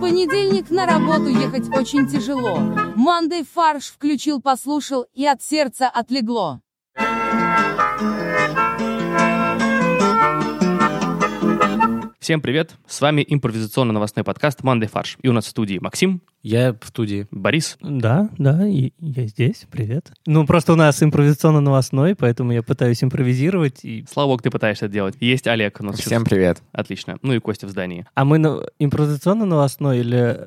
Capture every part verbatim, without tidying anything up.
понедельник на работу ехать очень тяжело. Monday фарш включил, послушал, и от сердца отлегло. Всем привет, с вами импровизационно-новостной подкаст «Monday фарш». И у нас в студии Максим. Я в студии. Борис. Да, да, и я здесь, привет. Ну, просто у нас импровизационно-новостной, поэтому я пытаюсь импровизировать. И... Слава богу, ты пытаешься это делать. Есть Олег. У нас Всем сейчас... привет. Отлично. Ну и Костя в здании. А мы на... импровизационно-новостной или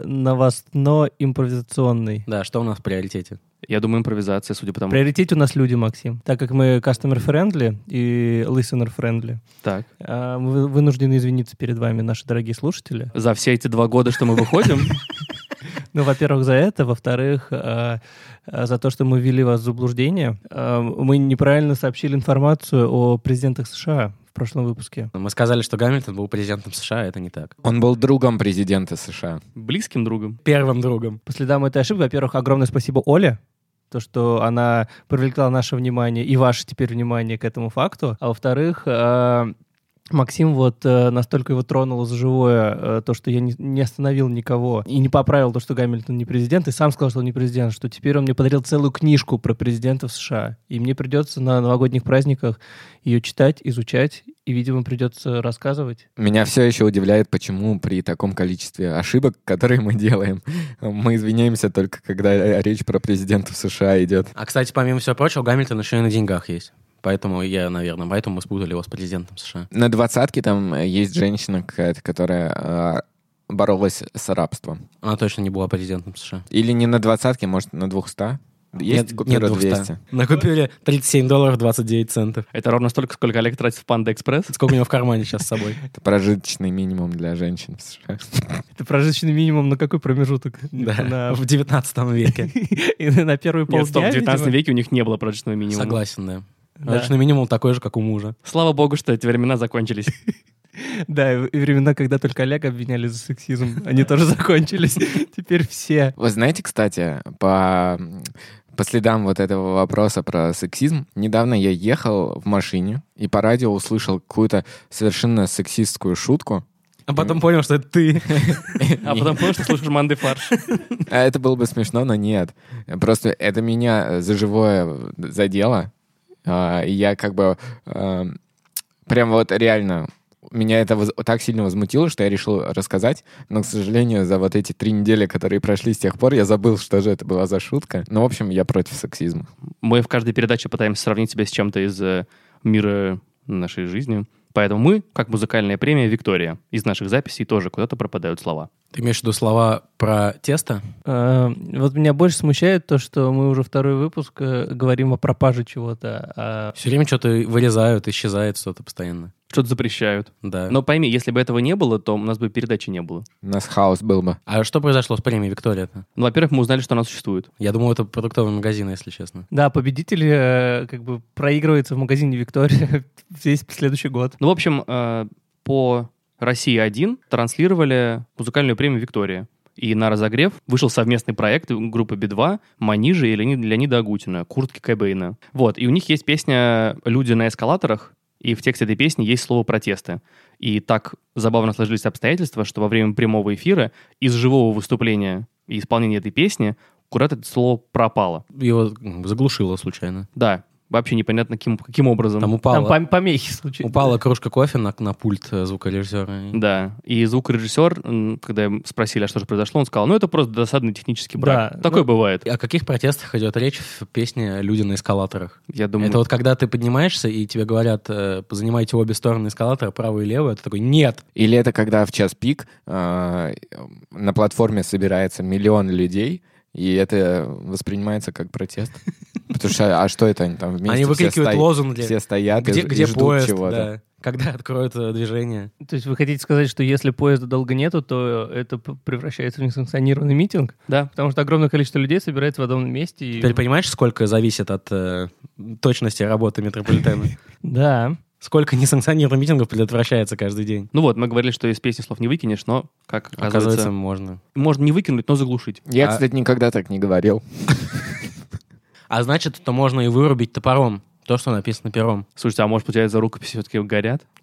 новостно-импровизационный? Да, что у нас в приоритете? Я думаю, импровизация, судя по тому... В приоритете у нас люди, Максим. Так как мы customer-friendly и listener-friendly, Так. мы вынуждены извиниться перед вами, наши дорогие слушатели. За все эти два года, что мы выходим... Ну, во-первых, за это. Во-вторых, э, за то, что мы ввели вас в заблуждение. Э, мы неправильно сообщили информацию о президентах США в прошлом выпуске. Мы сказали, что Гамильтон был президентом США, а это не так. Он был другом президента США. Близким другом. Первым другом. По следам этой ошибки, во-первых, огромное спасибо Оле, то, что она привлекла наше внимание и ваше теперь внимание к этому факту. А во-вторых, э, Максим вот э, настолько его тронуло за живое э, то, что я не, не остановил никого и не поправил то, что Гамильтон не президент, и сам сказал, что он не президент, что теперь он мне подарил целую книжку про президентов США. И мне придется на новогодних праздниках ее читать, изучать, и, видимо, придется рассказывать. Меня все еще удивляет, почему при таком количестве ошибок, которые мы делаем, мы извиняемся только, когда речь про президентов США идет. А, кстати, помимо всего прочего, Гамильтон еще и на деньгах есть. Поэтому я, наверное, поэтому мы спутали его с президентом США. На двадцатке там есть женщина какая-то, которая э, боролась с рабством. Она точно не была президентом США. Или не на двадцатке, может, на двухста? Есть нет, купюра нет двести. На купюре тридцать семь долларов двадцать девять центов. Это ровно столько, сколько Олег тратит в Панда Экспресс. Сколько у него в кармане сейчас с собой? Это прожиточный минимум для женщин в США. Это прожиточный минимум на какой промежуток? Да, на... в девятнадцатом веке. И на первый полдня, Нет, стоп, в девятнадцатом веке у них не было прожиточного минимума. Согласен, да. Да. Прожиточный минимум такой же, как у мужа. Слава богу, что эти времена закончились. Да, и времена, когда только Олега обвиняли за сексизм, они тоже закончились. Теперь все. Вы знаете, кстати, по... По следам вот этого вопроса про сексизм, недавно я ехал в машине и по радио услышал какую-то совершенно сексистскую шутку. А потом понял, что это ты. А потом понял, что слушаешь Monday фарш. Это было бы смешно, но нет. Просто это меня за живое задело. И я как бы прям вот реально... Меня это воз... так сильно возмутило, что я решил рассказать. Но, к сожалению, за вот эти три недели, которые прошли с тех пор, я забыл, что же это была за шутка. Но, в общем, я против сексизма. Мы в каждой передаче пытаемся сравнить себя с чем-то из э, мира нашей жизни. Поэтому мы, как музыкальная премия «Виктория», из наших записей тоже куда-то пропадают слова. Ты имеешь в виду слова про тесто? А, вот меня больше смущает то, что мы уже второй выпуск э, говорим о пропаже чего-то. А... Все время что-то вырезают, исчезает что-то постоянно. Что-то запрещают. Да. Но пойми, если бы этого не было, то у нас бы передачи не было. У нас хаос был бы. А что произошло с премией «Виктория»-то? Ну, во-первых, мы узнали, что она существует. Я думал, это продуктовый магазин, если честно. Да, победитель э, как бы проигрывается в магазине «Виктория» весь следующий год. Ну, в общем, э, по Россия один транслировали музыкальную премию «Виктория». И на разогрев вышел совместный проект группы би два, Манижа и Леонида, Леонида Агутина, Куртки Кобейна. Вот, и у них есть песня «Люди на эскалаторах», и в тексте этой песни есть слово «протесты». И так забавно сложились обстоятельства, что во время прямого эфира из живого выступления и исполнения этой песни куда-то это слово пропало. Его заглушило случайно. Да, вообще непонятно, каким, каким образом. Там упала, Там помехи случились. упала кружка кофе на, на пульт звукорежиссера. Да, и звукорежиссер, когда спросили, а что же произошло, он сказал, ну это просто досадный технический брак. Да, Такое ну, бывает. О каких протестах идет речь в песне «Люди на эскалаторах»? Я думаю... Это вот когда ты поднимаешься, и тебе говорят, э, занимайте обе стороны эскалатора, правую и левую, ты такой, нет! Или это когда в час пик э, на платформе собирается миллион людей, и это воспринимается как протест. Потому что, а что это они там вместе? Они выкрикивают все лозунги. Все стоят Где, и, где и ждут поезд, чего-то. да. Когда откроют э, движение. То есть вы хотите сказать, что если поезда долго нету, то это п- превращается в несанкционированный митинг? Да. Потому что огромное количество людей собирается в одном месте. И... Теперь понимаешь, сколько зависит от э, точности работы метрополитена? Да. Сколько несанкционированных митингов предотвращается каждый день? Ну вот, мы говорили, что из песни слов не выкинешь, но, как оказывается, Оказывается, можно. можно не выкинуть, но заглушить. Я, А- кстати, никогда так не говорил. А значит, то можно и вырубить топором то, что написано пером. Слушайте, а может, получается, рукописи все-таки горят?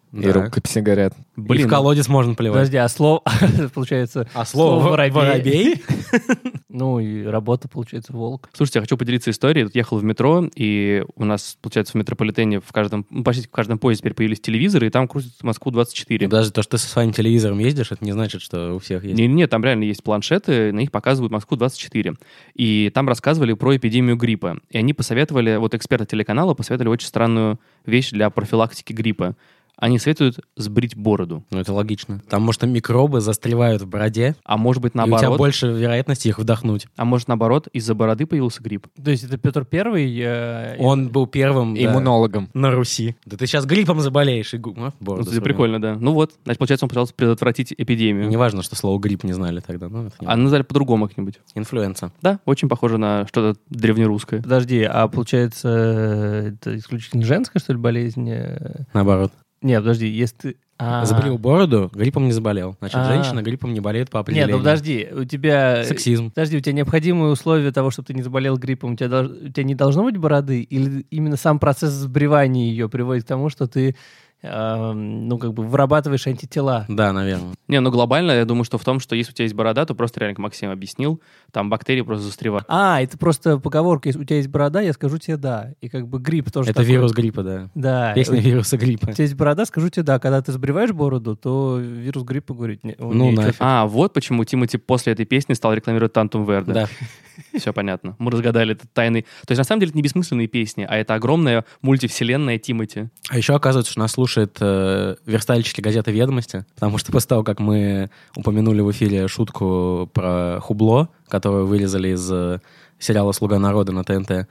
И Да. рукописи горят. И Блин, в колодец можно плевать. Подожди, а слово, получается, А слово слово воробей. воробей? Ну и работа, получается, волк. слушайте, я хочу поделиться историей. Тут ехал в метро, и у нас, получается, в метрополитене в каждом, ну, почти в каждом поезде теперь появились телевизоры, и там крутят Москву двадцать четыре. Даже то, что ты со своим телевизором ездишь, это не значит, что у всех есть. Не, не, там реально есть планшеты, на них показывают Москву двадцать четыре. И там рассказывали про эпидемию гриппа. И они посоветовали, вот эксперты телеканала посоветовали очень странную вещь для профилактики гриппа. Они советуют сбрить бороду. Ну, это логично. Там, может, микробы застревают в бороде, А может быть, и у тебя наоборот, больше вероятности их вдохнуть. а может, наоборот, из-за бороды появился грипп. То есть это Петр Первый? э, Он был первым да, Иммунологом. на Руси. Да ты сейчас гриппом заболеешь. И гу- а, Ну, бороду кстати, срубим. прикольно, да. Ну вот, значит, получается, он пытался предотвратить эпидемию. Не важно, что слово грипп не знали тогда. Ну, это не А назвали по-другому как-нибудь. Инфлюенса. Да, очень похоже на что-то древнерусское. Подожди, а получается, э, это исключительно женская, что ли, болезнь? э? Наоборот. Не, подожди, если ты... А. Забрил бороду, гриппом не заболел. Значит, А. женщина гриппом не болеет по Нет, определению. ну подожди, у тебя... Сексизм. Подожди, у тебя необходимые условия того, чтобы ты не заболел гриппом, у тебя, долж- у тебя не должно быть бороды? Или именно сам процесс сбривания ее приводит к тому, что ты, эм, ну, как бы вырабатываешь антитела? Да, наверное. Не, ну глобально, я думаю, что в том, что если у тебя есть борода, то просто реально, как Максим объяснил, там бактерии просто застревают. А, это просто поговорка, если у тебя есть борода, я скажу тебе да. И как бы грипп тоже Это такой. вирус гриппа, да. Да. Песня У вируса гриппа. тебя есть борода, скажу тебе да. Когда ты сбриваешь бороду, то вирус гриппа говорит... Не, он Ну, не- нафиг. А, вот почему Тимати после этой песни стал рекламировать Тантум Верде. Да. Все понятно. Мы разгадали этот тайный... То есть, на самом деле, это не бессмысленные песни, а это огромная мультивселенная Тимати. А еще оказывается, что нас слушает э, верстальщики газеты «Ведомости», потому что после того, как мы упомянули в эфире шутку про хубло, которую вырезали из э, сериала «Слуга народа» на ТНТ,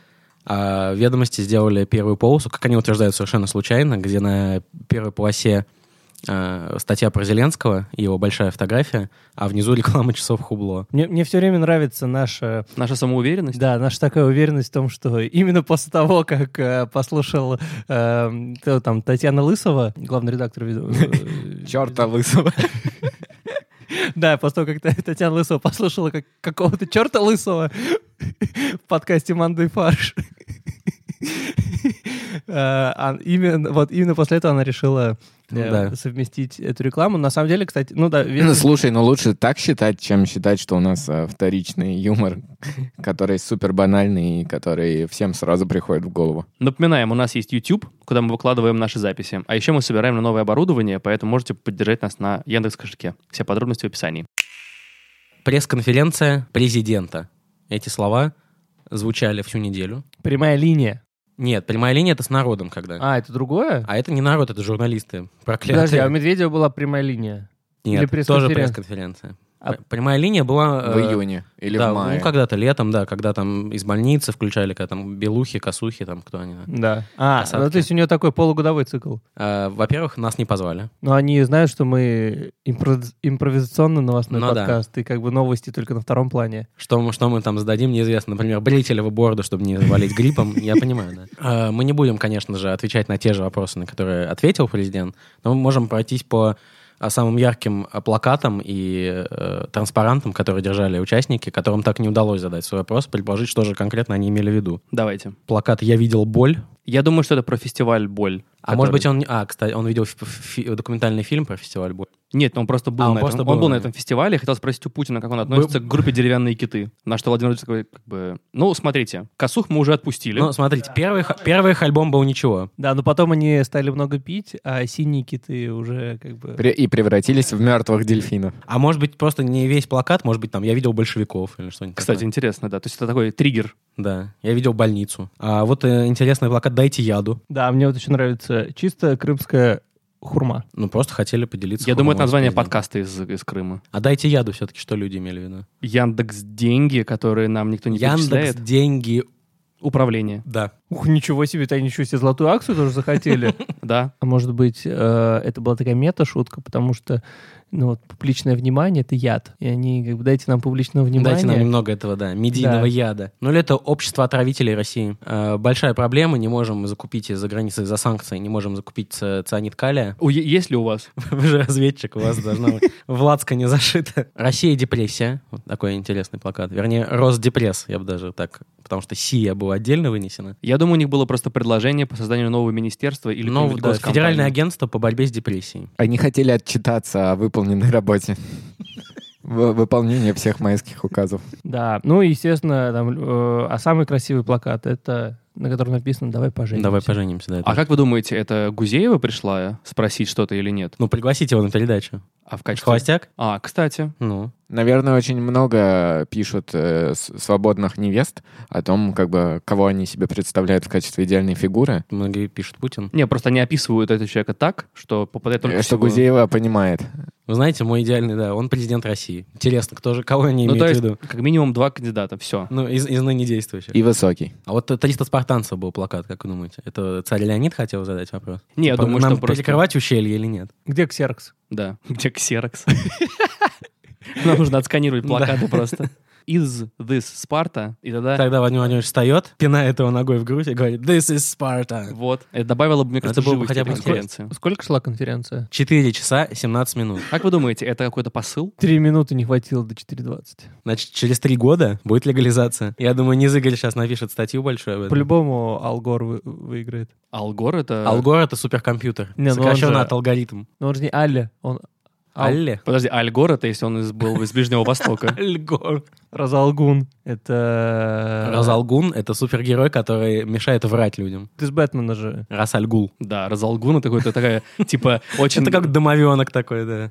а «Ведомости» сделали первую полосу, как они утверждают, совершенно случайно, где на первой полосе э, статья про Зеленского и его большая фотография, а внизу реклама часов хубло. Мне, мне все время нравится наша... Наша самоуверенность. Да, наша такая уверенность в том, что именно после того, как э, послушал э, то, там, Татьяна Лысова, главный редактор... э, Черта лысого. Да, после того, как Та- Татьяна Лысова послушала как, какого-то черта Лысого в подкасте «Мандай фарш». Э, а именно, вот именно после этого она решила э, Да. совместить эту рекламу. На самом деле, кстати, ну да, Ну, «Ведомость». слушай, ну лучше так считать, чем считать, что у нас а, вторичный юмор, который супер банальный и который всем сразу приходит в голову. Напоминаем, у нас есть YouTube, куда мы выкладываем наши записи. А еще мы собираем на новое оборудование, поэтому можете поддержать нас на Яндекс.Кошельке. Все подробности в описании. Пресс-конференция президента. Эти слова звучали всю неделю. Прямая линия. Нет, прямая линия — это с народом когда. А, это другое? А это не народ, это журналисты. Проклятые. Подожди, а у Медведева была прямая линия? Нет, или тоже пресс-конференция? пресс-конференция. А- П- Прямая линия была... В э, июне или да, в мае. ну, когда-то летом, да, когда там из больницы включали, когда там белухи, косухи, там кто они. да. Да. А, Касатки. ну то есть у нее такой полугодовой цикл. А, во-первых, нас не позвали. Но они знают, что мы импро- импровизационный новостной Ну да. подкаст, и как бы новости только на втором плане. Что мы, что мы там зададим, неизвестно. Например, брителево бороду, чтобы не завалить гриппом, я понимаю, да. А, Мы не будем, конечно же, отвечать на те же вопросы, на которые ответил президент, но мы можем пройтись по а, самым ярким а, плакатам и э, транспарантам, которые держали участники, которым так не удалось задать свой вопрос, предположить, что же конкретно они имели в виду. Давайте. Плакат «Я видел боль». Я думаю, что это про фестиваль «Боль». А может быть, он... не- А, кстати, он видел фи- фи- документальный фильм про фестиваль боль. Нет, он просто был, А, он на, просто этом, был, он был на да. этом фестивале. Я хотел спросить у Путина, как он относится к группе «Деревянные киты». На что Владимир Владимирович такой, как бы... Ну, смотрите, косух мы уже отпустили. Ну, смотрите, первый, х- первый их альбом был ничего. Да, но потом они стали много пить, а синие киты уже как бы... Пре- И превратились в мертвых дельфинов. А может быть, просто не весь плакат, может быть, там «Я видел большевиков» или что-нибудь Кстати, такое. интересно, да. То есть это такой триггер. Да, «Я видел больницу». А вот э, интересный плакат «Дайте яду». Да, мне вот еще нравится чисто крымская хурма. Ну, просто хотели поделиться. Я думаю, это хурмой с название президентом. подкаста из, из Крыма. А «Дайте яду» все-таки что люди имели в виду? Яндекс деньги, которые нам никто не Яндекс, перечисляет. деньги, Управление. да. Ух, ничего себе, они ничего себе золотую акцию тоже захотели. Да. А может быть, э, это была такая мета-шутка, потому что ну, вот, публичное внимание — это яд. И они как бы, дайте нам публичного внимания. Дайте нам немного этого, да, медийного Да. яда. Ну, или это общество отравителей России. Э, большая проблема, не можем закупить из-за границы, из-за санкций, не можем закупить ц- цианид калия. У- есть ли у вас? Вы же разведчик, у вас должна быть в лацкане зашито. Россия депрессия. Вот такой интересный плакат. Вернее, Росдепресс, я бы даже так, потому что Сия была отдельно вынесена. Я Я думаю, у них было просто предложение по созданию нового министерства или Ну, какой-нибудь да, госкомпании. Федеральное агентство по борьбе с депрессией. Они хотели отчитаться о выполненной работе. В- Выполнение всех майских указов. Да, ну, и, естественно, там, э, а самый красивый плакат — это, на котором написано «Давай поженимся». Давай поженимся, да. это- А как вы думаете, это Гузеева пришла спросить что-то или нет? Ну, пригласите его на передачу. А в качестве... Холостяк? А, кстати. Ну, Наверное, очень много пишут э, с- свободных невест о том, как бы, кого они себе представляют в качестве идеальной фигуры. многие пишут Путин. Не, просто они описывают этого человека так, что попадает только Э, Что всего- Гузеева понимает. Вы знаете, мой идеальный, да, он президент России. Интересно, кто же, кого они Ну, то имеют есть, в виду? как минимум два кандидата, все. Ну, из, из ныне действующих. И высокий. А вот триста спартанцев был плакат, как вы думаете? Это царь Леонид хотел задать вопрос? Не, я Типа, думаю, нам что просто... перекрывать ущелье или нет? Где ксерокс? Да, где ксерокс? Нам нужно отсканировать плакаты просто. Is this Sparta? И тогда... Тогда Владимир Владимирович встает, пинает его ногой в грудь и говорит «This is Sparta». Вот. Это добавило бы, мне кажется, Это было бы живости хотя бы конференции. Сколько шла конференция? четыре часа семнадцать минут. Как вы думаете, это какой-то посыл? Три минуты не хватило до четыре двадцать. Значит, через три года будет легализация. Я думаю, Низ Игорь сейчас напишет статью большую об этом. По-любому Ал Гор вы- выиграет. Алгор — это... Алгор — это суперкомпьютер. Не, ну он сокращенно же- от алгоритм. Но он же не Алле, он Ал- Алле? Подожди, Альгор — это если он из, был из Ближнего Востока. Альгор. Разалгун. Это... Разалгун — это супергерой, который мешает врать людям. Ты из Бэтмена же. Расальгул. Да, Разалгун — это какой-то такая, типа, очень... Это как домовенок такой, да.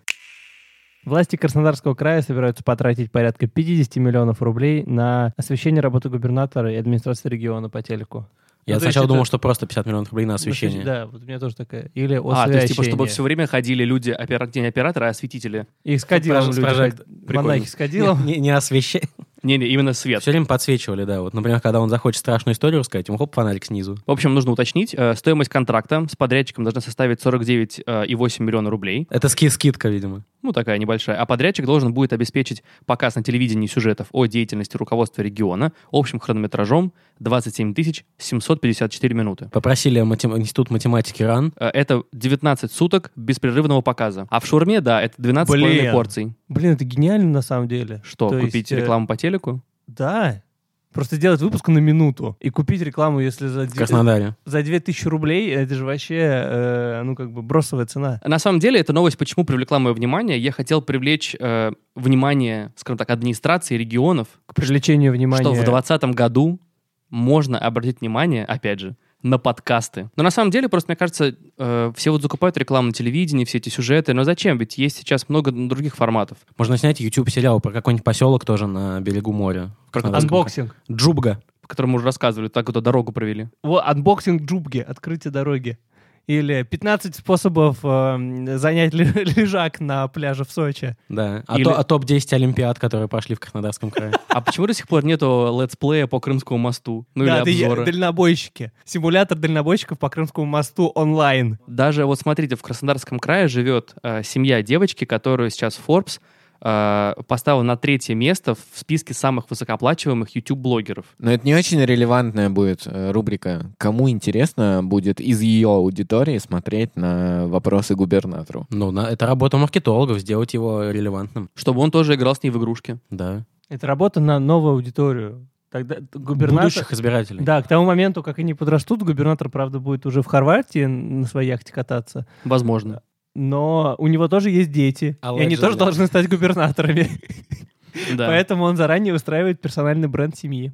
Власти Краснодарского края собираются потратить порядка пятьдесят миллионов рублей на освещение работы губернатора и администрации региона по телеку. Я Ну, то есть сначала это- думал, что просто пятьдесят миллионов рублей на освещение. Да, вот у меня тоже такая. Или А, то есть, типа, чтобы освещение. все время ходили люди, опера... не операторы, а осветители. И с кадилом С люди прожект- ходят. Прикольно. Монахи с кадилом. Не, не освещение. Не-не, именно свет. Все время подсвечивали, да. Вот, например, когда он захочет страшную историю рассказать, ему хоп, фонарик снизу. В общем, нужно уточнить, э, стоимость контракта с подрядчиком должна составить сорок девять и восемь миллиона рублей. Это ски скидка, видимо. Ну, такая небольшая. А подрядчик должен будет обеспечить показ на телевидении сюжетов о деятельности руководства региона общим хронометражом двадцать семь тысяч семьсот пятьдесят четыре минуты. Попросили матем- Институт математики РАН. Э, Это девятнадцать суток беспрерывного показа. А в шаурме, да, это двенадцать с половиной Блин. порций. Блин, это гениально на самом деле. Что, То купить есть, э, рекламу по телеку? Да. Просто сделать выпуск на минуту и купить рекламу, если за, В две- Краснодаре. за две тысячи рублей, это же вообще, э, ну, как бы бросовая цена. На самом деле, эта новость почему привлекла мое внимание? Я хотел привлечь э, внимание, скажем так, администрации регионов, К привлечению внимания. что в двадцатом году можно обратить внимание, опять же, на подкасты. Но на самом деле, просто, мне кажется, э, все вот закупают рекламу на телевидении, все эти сюжеты. Но зачем? Ведь есть сейчас много других форматов. Можно снять YouTube-сериал про какой-нибудь поселок тоже на берегу моря. В Краснодарском крае. Анбоксинг. Джубга. По которым мы уже рассказывали, так вот дорогу провели. Вот, анбоксинг Джубги, открытие дороги. Или пятнадцать способов э, занять ле- лежак на пляже в Сочи. Да. А, Или- то- а топ десять олимпиад, которые прошли в Краснодарском крае. А почему до сих пор нету летсплея по Крымскому мосту? Ну да, или ты- обзора? дальнобойщики. Симулятор дальнобойщиков по Крымскому мосту онлайн. Даже вот смотрите, в Краснодарском крае живет э, семья девочки, которую сейчас Forbes э, поставил на третье место в списке самых высокооплачиваемых YouTube-блогеров. Но это не очень релевантная будет э, рубрика. Кому интересно будет из ее аудитории смотреть на вопросы губернатору? Ну, на- это работа маркетологов, сделать его релевантным. Чтобы он тоже играл с ней в игрушки. Да. Это работа на новую аудиторию. Тогда губернатор... Будущих избирателей. Да, к тому моменту, как они подрастут, губернатор, правда, будет уже в Хорватии на своей яхте кататься. Возможно. Но у него тоже есть дети. И они Allegedly. тоже должны стать губернаторами. Да. Поэтому он заранее устраивает персональный бренд семьи.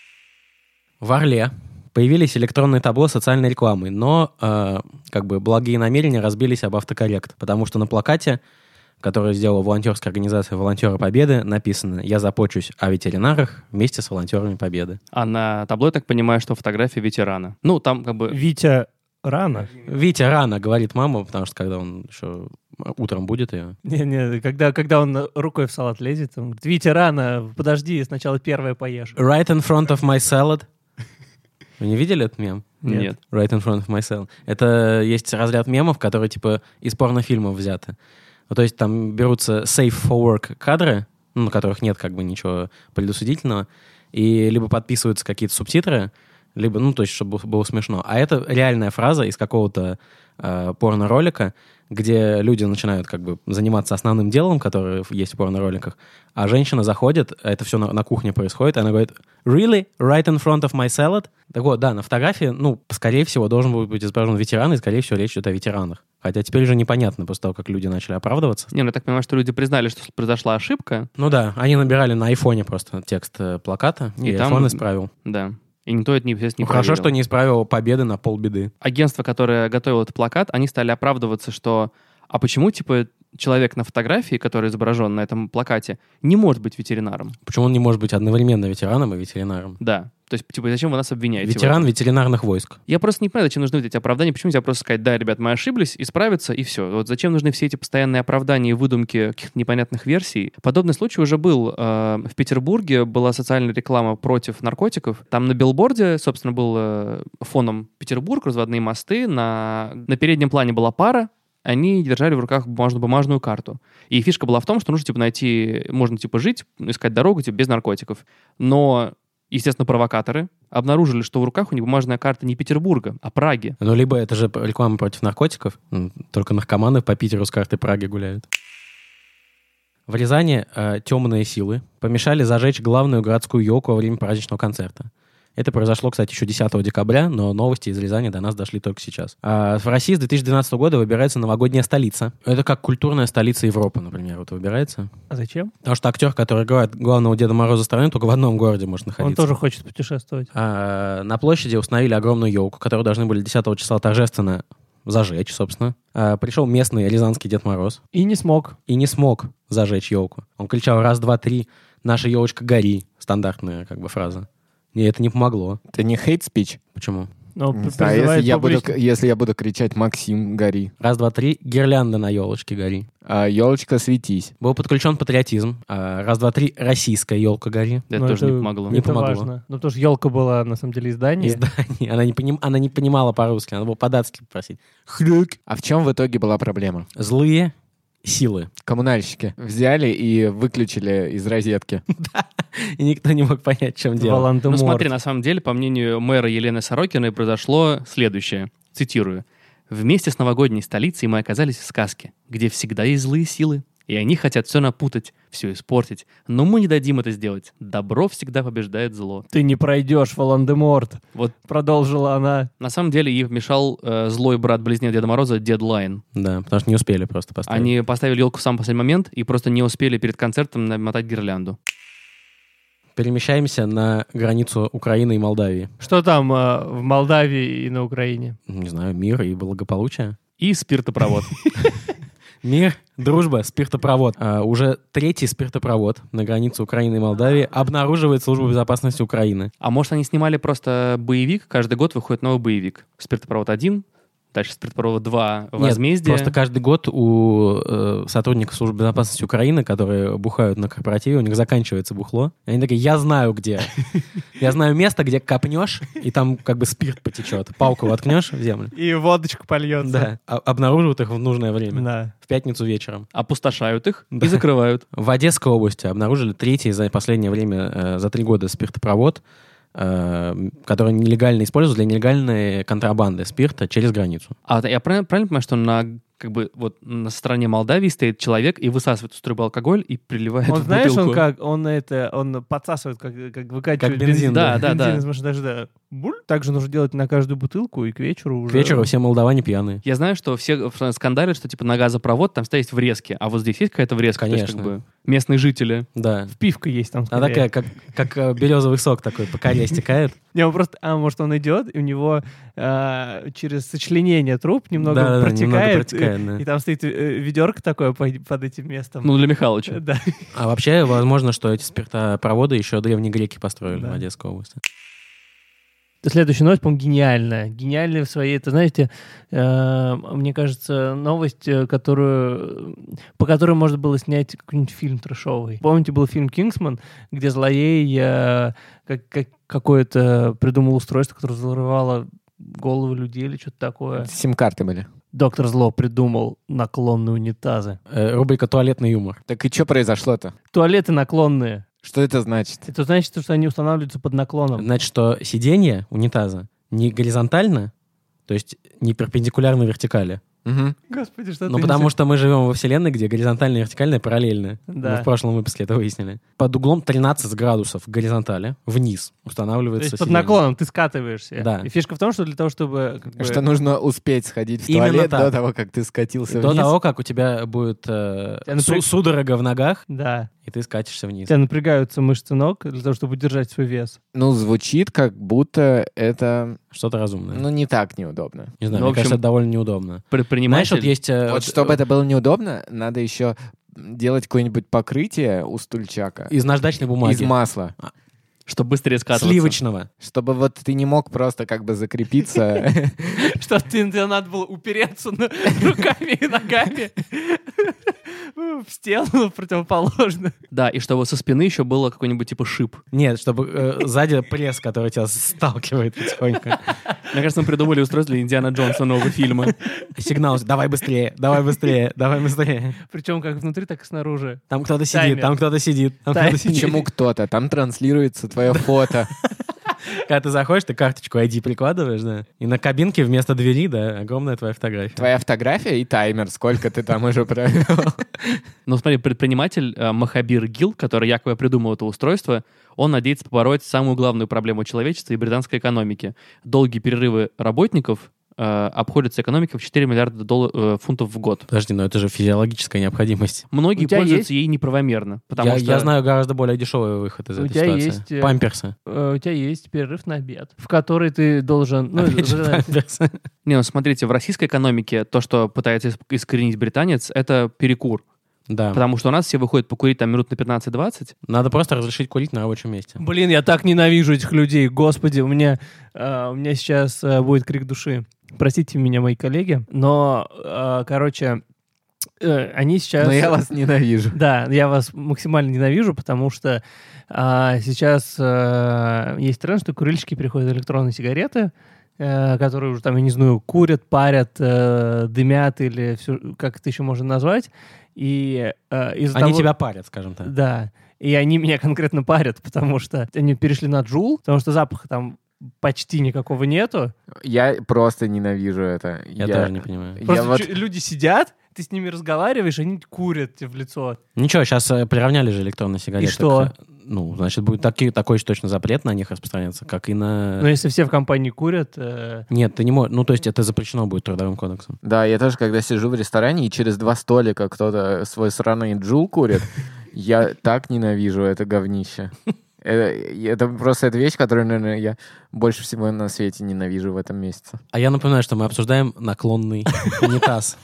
В Орле появились электронные табло социальной рекламы, но э, как бы благие намерения разбились об автокоррект, потому что на плакате, который сделала волонтерская организация «Волонтеры Победы», написано «Я започусь о ветеринарах вместе с волонтерами Победы». А на табло, я так понимаю, что фотография ветерана. Ну, там как бы... Витя рано. Витя рано, говорит мама, потому что когда он еще утром будет ее. Не-не, когда, когда он рукой в салат лезет, он говорит, Витя рано, подожди, сначала первое поешь. Right in front of my salad. Вы не видели этот мем? Нет. Right in front of my salad. Это есть разряд мемов, которые типа из порнофильмов взяты. Ну, то есть там берутся safe for work кадры, ну, на которых нет как бы ничего предусудительного, и либо подписываются какие-то субтитры, либо, ну, то есть, чтобы было смешно. А это реальная фраза из какого-то э, порно-ролика, где люди начинают как бы заниматься основным делом, которое есть в порно-роликах, а женщина заходит, это все на, на кухне происходит, и она говорит «Really? Right in front of my salad?» Так вот, да, на фотографии, ну, скорее всего, должен быть изображен ветеран, и, скорее всего, речь идет о ветеранах. Хотя теперь уже непонятно, после того, как люди начали оправдываться. Не, ну я так понимаю, что люди признали, что произошла ошибка. Ну да, они набирали на айфоне просто текст э, плаката, и, И там- айфон исправил. Да. И никто это, не, естественно, не Ну, хорошо, проверил. что не исправил победы на полбеды. Агентство, которое готовило этот плакат, они стали оправдываться, что а почему, типа, человек на фотографии, который изображен на этом плакате, не может быть ветеринаром? Почему он не может быть одновременно ветераном и ветеринаром? Да. То есть, типа, зачем вы нас обвиняете? в Ветеран этом? ветеринарных войск. Я просто не понимаю, зачем нужны вот эти оправдания. Почему нельзя просто сказать, да, ребят, мы ошиблись, исправиться, и все. Вот зачем нужны все эти постоянные оправдания и выдумки каких-то непонятных версий? Подобный случай уже был. Э, в Петербурге была социальная реклама против наркотиков. Там на билборде, собственно, был э, фоном Петербург, разводные мосты. На, на переднем плане была пара. Они держали в руках бумажную, бумажную карту. И фишка была в том, что нужно, типа, найти... Можно, типа, жить, искать дорогу, типа, без наркотиков. Но... Естественно, провокаторы обнаружили, что в руках у них бумажная карта не Петербурга, а Праги. Ну, либо это же реклама против наркотиков, м, только наркоманы по Питеру с картой Праги гуляют. В Рязани э, темные силы помешали зажечь главную городскую елку во время праздничного концерта. Это произошло, кстати, еще десятого декабря, но новости из Рязани до нас дошли только сейчас. А в России с две тысячи двенадцатого года выбирается новогодняя столица. Это как культурная столица Европы, например, вот выбирается. А зачем? Потому что актер, который играет главного Деда Мороза страны, только в одном городе может находиться. Он тоже хочет путешествовать. А, на площади установили огромную елку, которую должны были десятого числа торжественно зажечь, собственно. А, пришел местный рязанский Дед Мороз И не смог. и не смог зажечь елку. Он кричал «раз, два, три, наша елочка гори». Стандартная как бы фраза. И это не помогло. Это не хейт-спич? Почему? Но Не знаю, если призывает я, буду, публично. если я буду кричать «Максим, гори», Раз, два, три, гирлянда на елочке гори. а елочка, светись. Был подключен патриотизм. А, раз, два, три, российская елка гори. Это Но тоже не помогло. Не это помогло. важно. Ну, потому что елка была, на самом деле, издание. Издание. Она не, поним... Она не понимала по-русски. Надо было по-датски попросить. Хрюк. А в чем в итоге была проблема? Злые силы. Коммунальщики взяли и выключили из розетки. И никто не мог понять, в чем дело. Волан-де-Морт. Ну смотри, на самом деле, по мнению мэра Елены Сорокиной, произошло следующее. Цитирую. «Вместе с новогодней столицей мы оказались в сказке, где всегда есть злые силы, и они хотят все напутать, все испортить. Но мы не дадим это сделать. Добро всегда побеждает зло». Ты не пройдешь, Волан-де-Морт. Вот Продолжила она. на самом деле ей помешал э, злой брат-близнец Деда Мороза Дедлайн. Да, потому что не успели просто поставить. Они поставили елку в самый последний момент и просто не успели перед концертом намотать гирлянду. Перемещаемся на границу Украины и Молдавии. Что там э, в Молдавии и на Украине? Не знаю, мир и благополучие. И спиртопровод. Мир, дружба, спиртопровод. А, уже третий спиртопровод на границе Украины и Молдавии обнаруживает служба безопасности Украины. А может, они снимали просто боевик? Каждый год выходит новый боевик. Спиртопровод один, дальше спиртопровод два, возмездие. Нет, просто каждый год у э, сотрудников службы безопасности Украины, которые бухают на корпоративе, у них заканчивается бухло. И они такие, я знаю где. Я знаю место, где копнешь, и там как бы спирт потечет. Палку воткнешь в землю. И водочка польется. Да. А- Обнаруживают их в нужное время. Да. В пятницу вечером. Опустошают их Да. и закрывают. В Одесской области обнаружили третий за последнее время, э, за три года спиртопровод, э, который нелегально используют для нелегальной контрабанды спирта через границу. А вот я правильно, правильно понимаю, что на как бы вот на стороне Молдавии стоит человек и высасывает из трубы алкоголь и приливает Он, в знаешь, бутылку? он как, он это, он подсасывает, как, как выкачивает Как бензин, да. Да, да, да. из машины, даже, да. Буль. Так же нужно делать на каждую бутылку, и к вечеру уже... К вечеру все молдаване пьяные. Я знаю, что все скандалят, что типа на газопровод там стоит врезки, а вот здесь есть какая-то врезка? То есть, Конечно. как бы, местные жители. Да. Пивка есть там, Она скорее. такая, как, как э, березовый сок такой по коре стекает. Не, он просто, а, может, он идет, и у него а, через сочленение труб немного Да-да-да, протекает, немного протекает, и, да. и там стоит э, ведерко такое под, под этим местом. Ну, для Михалыча. Да. А вообще, возможно, что эти спиртопроводы еще древние греки построили Да. в Одесской области. Следующая новость, по-моему, гениальная. Гениальная в своей... Это, знаете, э, мне кажется, новость, э, которую, по которой можно было снять какой-нибудь фильм трэшовый. Помните, был фильм «Кингсман», где злодей э, как, как, какое-то придумал устройство, которое взрывало головы людей или что-то такое. Сим-карты были. Доктор Зло придумал наклонные унитазы. Э, рубрика «Туалетный юмор». Так и что произошло-то? Туалеты наклонные. Что это значит? Это значит, что они устанавливаются под наклоном. Значит, что сиденье унитаза не горизонтально, то есть не перпендикулярно вертикали, Мгм. Господи, что Ну, ты потому несешь? что мы живем во вселенной, где горизонтальная и вертикальная параллельны. Да. Мы в прошлом выпуске это выяснили. Под углом тринадцать градусов в горизонтали вниз То устанавливается есть под сиденье. наклоном ты скатываешься. Да. И фишка в том, что для того, чтобы... как бы- Что нужно успеть сходить в Именно туалет так. до того, как ты скатился До вниз. того, как у тебя будет э, Тебя су- напряг- судорога в ногах, Да. и ты скатишься У вниз. тебя напрягаются мышцы ног для того, чтобы удержать свой вес. Ну, звучит, как будто это, Что-то разумное. ну, не так неудобно. Не знаю, Ну, в мне общем, кажется, это довольно неудобно. Знаешь, Предприниматель... вот есть... э, Вот чтобы это было неудобно, надо еще делать какое-нибудь покрытие у стульчака из наждачной бумаги. из масла. Чтобы быстрее скатываться. Сливочного. Чтобы вот ты не мог просто как бы закрепиться. Что ты, тебе надо было упереться на- руками и ногами в стену противоположную. Да, и чтобы со спины еще было какой-нибудь типа шип. Нет, чтобы э, сзади пресс, который тебя сталкивает потихоньку. Мне кажется, мы придумали устройство для Индиана Джонса нового фильма. Сигнал, давай быстрее, давай быстрее, давай быстрее. Причем как внутри, так и снаружи. Там кто-то сидит, Таймер. там кто-то сидит, там Таймер. кто-то сидит. Почему кто-то? Там транслируется твое фото. Когда ты заходишь, ты карточку ай ди прикладываешь, да, и на кабинке вместо двери, да, огромная твоя фотография. Твоя фотография и таймер, сколько ты там уже провел. Но смотри, предприниматель э, Махабир Гил, который якобы придумал это устройство, он надеется побороть самую главную проблему человечества и британской экономики. Долгие перерывы работников э, обходятся экономикой в четыре миллиарда доллар, э, фунтов в год. Подожди, но это же физиологическая необходимость. Многие У тебя пользуются ей неправомерно, потому Я, что... я знаю гораздо более дешевый выход из У этой тебя ситуации. есть, э, Памперсы. Э, У тебя есть перерыв на обед, в который ты должен... ну, Опять же, вы знаете, памперсы. Не, ну смотрите, в российской экономике то, что пытается иск- искоренить британец, это перекур. Да. Потому что у нас все выходят покурить там минут на пятнадцать-двадцать. Надо просто разрешить курить на рабочем месте. Блин, я так ненавижу этих людей. Господи, у меня, э, у меня сейчас э, будет крик души. Простите меня, мои коллеги. Но, э, короче, э, они сейчас... Но я вас ненавижу. Да, я вас максимально ненавижу, потому что а, сейчас а, есть тренд, что курильщики переходят в электронные сигареты, э, которые уже там, я не знаю, курят, парят, э, дымят или все, как это еще можно назвать. И э, из-за Они того- тебя парят, скажем так. Да, и они меня конкретно парят, потому что они перешли на джул, потому что запаха там почти никакого нету. Я просто ненавижу это. Я, тоже не понимаю. Я Просто вот- чё- люди сидят, ты с ними разговариваешь, они курят тебе в лицо. Ничего, сейчас приравняли же электронные сигареты. что? к- ну, значит, будет таки, такой же точно запрет на них распространяться, как и на... Но если все в компании курят... э, Нет, ты не можешь. Ну, то есть это запрещено будет трудовым кодексом. Да, я тоже, когда сижу в ресторане, и через два столика кто-то свой сраный джул курит, я так ненавижу это говнище. Это, это просто эта вещь, которую, наверное, я больше всего на свете ненавижу в этом месяце. А я напоминаю, что мы обсуждаем наклонный унитаз.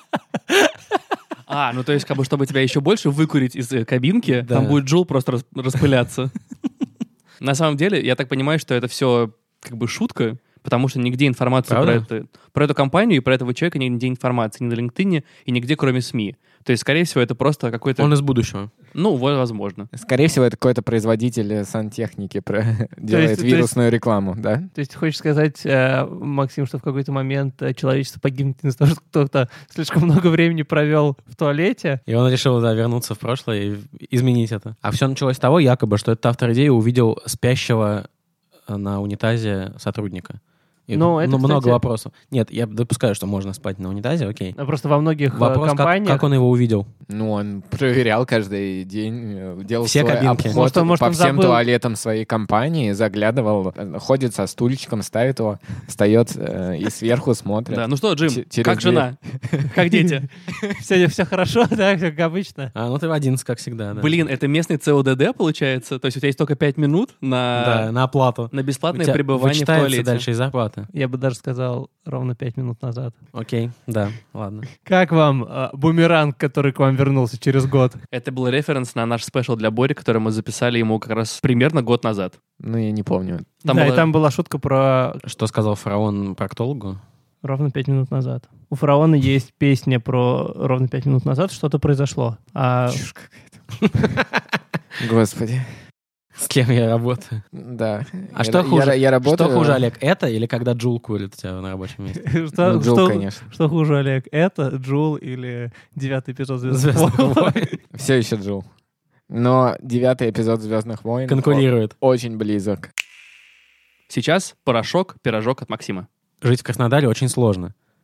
А, ну то есть, как бы, чтобы тебя еще больше выкурить из э, кабинки, Да. там будет джул просто рас- распыляться. На самом деле, я так понимаю, что это все как бы шутка, потому что нигде информации про, Правда? это, про эту компанию и про этого человека нигде информации, ни на LinkedIn, и нигде, кроме СМИ. То есть, скорее всего, это просто какой-то... Он из будущего. Ну, вот, возможно. Скорее всего, это какой-то производитель сантехники про... делает то вирусную рекламу, да? То есть ты хочешь сказать, э, Максим, что в какой-то момент э, человечество погибнет из-за того, что кто-то слишком много времени провел в туалете? И он решил, да, вернуться в прошлое и изменить это. А все началось с того, якобы, что этот автор идеи увидел спящего на унитазе сотрудника. И Ну, это, ну, много кстати- вопросов. Нет, я допускаю, что можно спать на унитазе, окей. А просто во многих э, Вопрос, как, компаниях... как он его увидел? Ну, он проверял каждый день, э, делал Все свой кабинки. обход Может, он- может, по он всем забыл. туалетам своей компании, заглядывал, э, ходит со стульчиком, ставит его, встает э, и сверху смотрит. Да, ну что, Джим, Ч- через как дверь. жена? Как дети? Все, все хорошо, да, как обычно. А, ну ты в одиннадцать, как всегда, да. Блин, это местный ЦОДД, получается? То есть у тебя есть только пять минут на, Да, на оплату. на У бесплатное тебя пребывание в вычитается туалете. дальше из зарплаты. Я бы даже сказал ровно пять минут назад. Окей, да, ладно. Как вам э, бумеранг, который к вам вернулся через год? Это был референс на наш спешл для Бори, который мы записали ему как раз примерно год назад. Ну, я не помню. Там да, была- и там была шутка про Что сказал фараон проктологу? ровно пять минут назад. У фараона есть песня про ровно пять минут назад что-то произошло. А Чушь какая-то. Господи. С кем я работаю? Да. А Я- что я- хуже? Я работаю... Что хуже, Олег, это или когда Джул курит у тебя на рабочем месте? что, Ну, Джул, что- конечно. что хуже, Олег? Это Джул или девятый эпизод «Звездных Звездных войн»? войн. Все еще Джул. Но девятый эпизод «Звездных войн» Конкурирует. о- очень близок. Сейчас порошок, пирожок от Максима. Жить в Краснодаре очень сложно.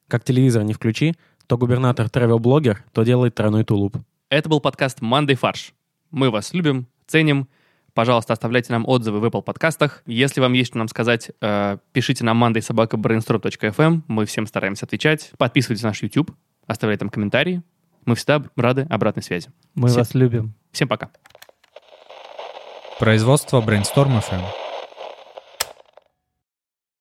Как телевизор не включи, то губернатор travel-блогер, то делает тройной тулуп. Это был подкаст «Мандай фарш». Мы вас любим, ценим. Пожалуйста, оставляйте нам отзывы в Apple подкастах. Если вам есть что нам сказать, э, пишите нам мандай собака брейнсторм точка эф эм. Мы всем стараемся отвечать. Подписывайтесь на наш YouTube, оставляйте там комментарии. Мы всегда рады обратной связи. Мы Всем- вас любим. Всем пока. Производство Brainstorm эф эм.